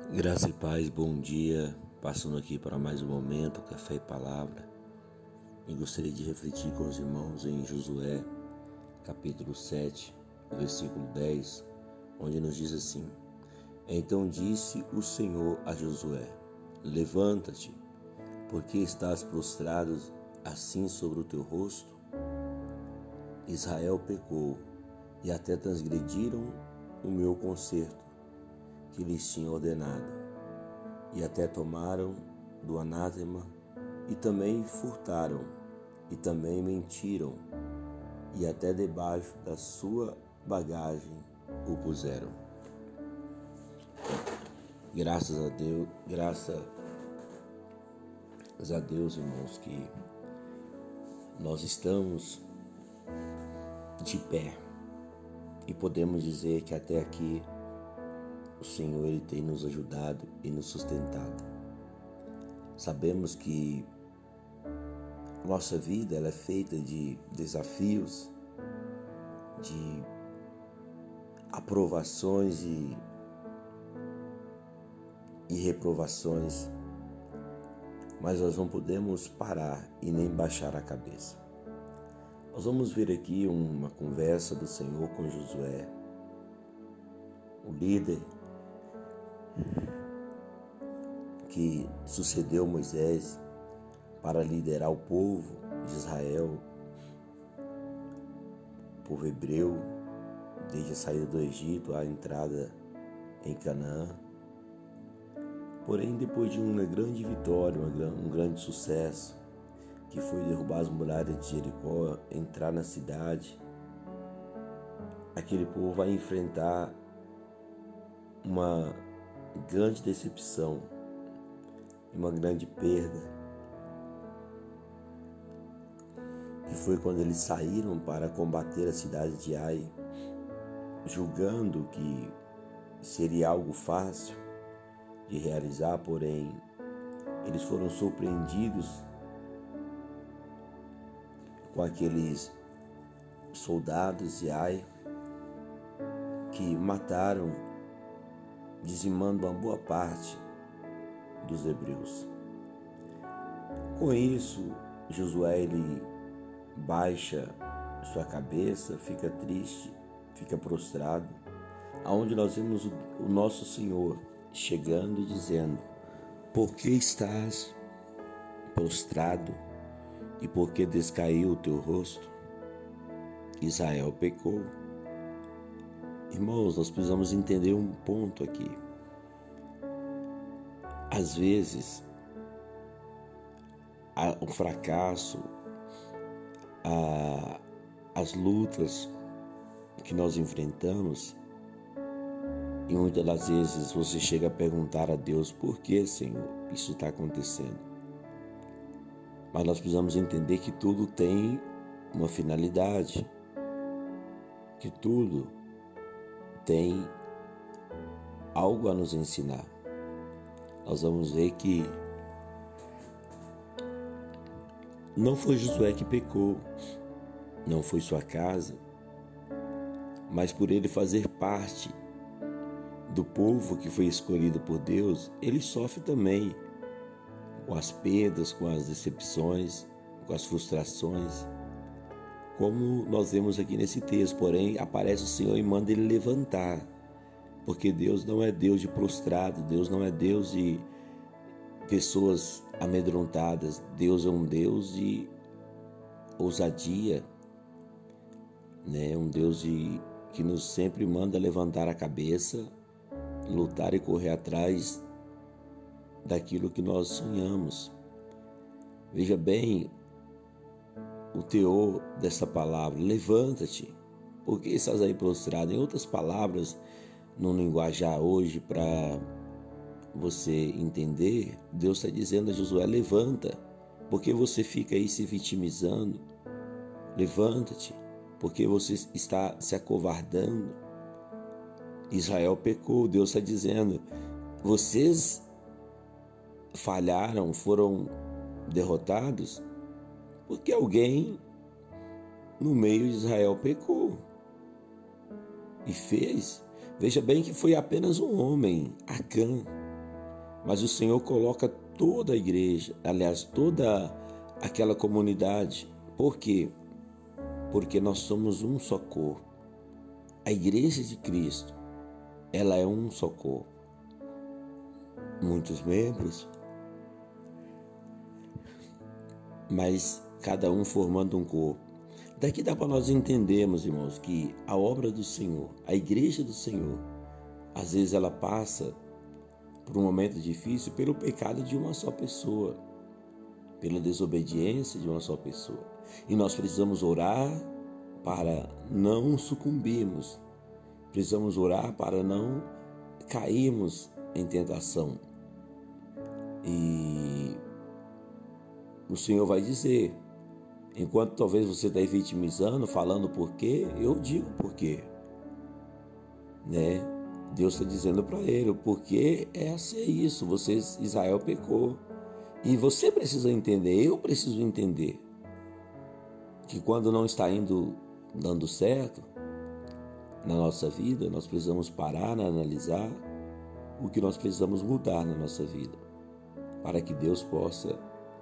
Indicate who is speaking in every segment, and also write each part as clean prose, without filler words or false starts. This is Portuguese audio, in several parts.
Speaker 1: Graça e paz, bom dia. Passando aqui para mais um momento, café e palavra. E gostaria de refletir com os irmãos em Josué, capítulo 7, versículo 10, onde nos diz assim: Então disse o Senhor a Josué: Levanta-te, porque estás prostrado assim sobre o teu rosto? Israel pecou e até transgrediram o meu concerto que lhes tinha ordenado, e até tomaram do anátema, e também furtaram, e também mentiram, e até debaixo da sua bagagem o puseram. Graças a Deus, irmãos, que nós estamos de pé e podemos dizer que até aqui o Senhor ele tem nos ajudado e nos sustentado. Sabemos que nossa vida ela é feita de desafios, de aprovações e reprovações, mas nós não podemos parar e nem baixar a cabeça. Nós vamos ver aqui uma conversa do Senhor com Josué, o líder que sucedeu Moisés para liderar o povo de Israel, o povo hebreu, desde a saída do Egito à entrada em Canaã. Porém, depois de uma grande vitória, um grande sucesso, que foi derrubar as muralhas de Jericó, entrar na cidade, aquele povo vai enfrentar uma grande decepção e uma grande perda, que foi quando eles saíram para combater a cidade de Ai, julgando que seria algo fácil de realizar, porém eles foram surpreendidos com aqueles soldados de Ai que mataram, dizimando uma boa parte dos hebreus. Com isso, Josué ele baixa sua cabeça, fica triste, fica prostrado, aonde nós vemos o nosso Senhor chegando e dizendo: Por que estás prostrado e por que descaiu o teu rosto? Israel pecou. Irmãos, nós precisamos entender um ponto aqui. Às vezes, o fracasso, as lutas que nós enfrentamos, e muitas das vezes você chega a perguntar a Deus: por que, Senhor, isso está acontecendo? Mas nós precisamos entender que tudo tem uma finalidade, que tudo tem algo a nos ensinar. Nós vamos ver que não foi Josué que pecou, não foi sua casa, mas por ele fazer parte do povo que foi escolhido por Deus, ele sofre também com as perdas, com as decepções, com as frustrações, como nós vemos aqui nesse texto. Porém, aparece o Senhor e manda ele levantar, porque Deus não é Deus de prostrado, Deus não é Deus de pessoas amedrontadas, Deus é um Deus de ousadia, um Deus que nos sempre manda levantar a cabeça, lutar e correr atrás daquilo que nós sonhamos. Veja bem o teor dessa palavra: levanta-te, porque estás aí prostrado. Em outras palavras, no linguajar hoje, para você entender, Deus está dizendo a Josué: levanta, porque você fica aí se vitimizando. Levanta-te, porque você está se acovardando. Israel pecou. Deus está dizendo: vocês falharam, foram derrotados, porque alguém no meio de Israel pecou e fez. Veja bem que foi apenas um homem, Acã, mas o Senhor coloca toda a igreja, aliás, toda aquela comunidade. Por quê? Porque nós somos um só corpo. A igreja de Cristo, ela é um só corpo. Muitos membros, mas cada um formando um corpo. Daqui dá para nós entendermos, irmãos, que a obra do Senhor, a igreja do Senhor, às vezes ela passa por um momento difícil pelo pecado de uma só pessoa, pela desobediência de uma só pessoa. E nós precisamos orar para não sucumbirmos, precisamos orar para não cairmos em tentação. E o Senhor vai dizer, enquanto talvez você está aí vitimizando, falando por quê, eu digo por quê. Né? Deus está dizendo para ele, o porquê é ser isso, Israel pecou. E você precisa entender, eu preciso entender, que quando não está dando certo na nossa vida, nós precisamos parar, analisar o que nós precisamos mudar na nossa vida, para que Deus possa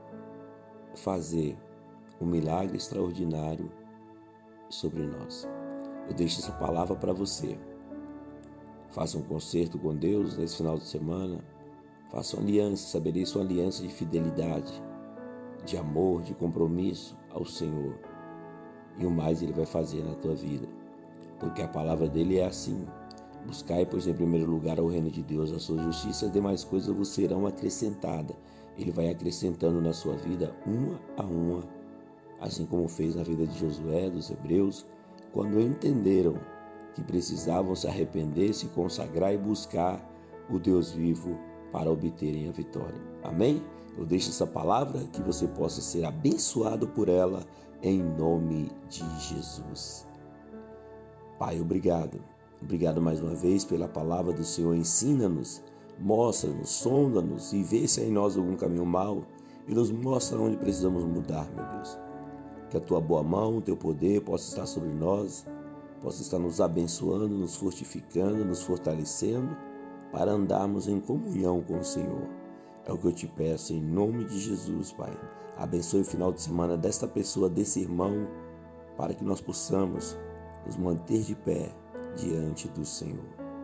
Speaker 1: fazer um milagre extraordinário sobre nós. Eu deixo essa palavra para você. Faça um concerto com Deus nesse final de semana. Faça uma aliança, estabeleça uma aliança de fidelidade, de amor, de compromisso ao Senhor. E o mais Ele vai fazer na tua vida. Porque a palavra dele é assim. Buscai, pois, em primeiro lugar o reino de Deus, a sua justiça, as demais coisas vos serão acrescentadas. Ele vai acrescentando na sua vida uma a uma, assim como fez na vida de Josué, dos hebreus, quando entenderam que precisavam se arrepender, se consagrar e buscar o Deus vivo para obterem a vitória. Amém? Eu deixo essa palavra, que você possa ser abençoado por ela, em nome de Jesus. Pai, obrigado. Obrigado mais uma vez pela palavra do Senhor. Ensina-nos, mostra-nos, sonda-nos e vê se há em nós algum caminho mau e nos mostra onde precisamos mudar, meu Deus. Que a tua boa mão, o teu poder possa estar sobre nós, possa estar nos abençoando, nos fortificando, nos fortalecendo para andarmos em comunhão com o Senhor. É o que eu te peço em nome de Jesus, Pai. Abençoe o final de semana desta pessoa, desse irmão, para que nós possamos nos manter de pé diante do Senhor.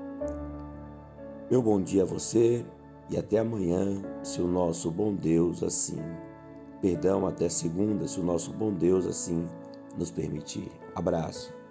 Speaker 1: Meu bom dia a você e até amanhã, se o nosso bom Deus assim. Perdão, até segunda, se o nosso bom Deus assim nos permitir. Abraço.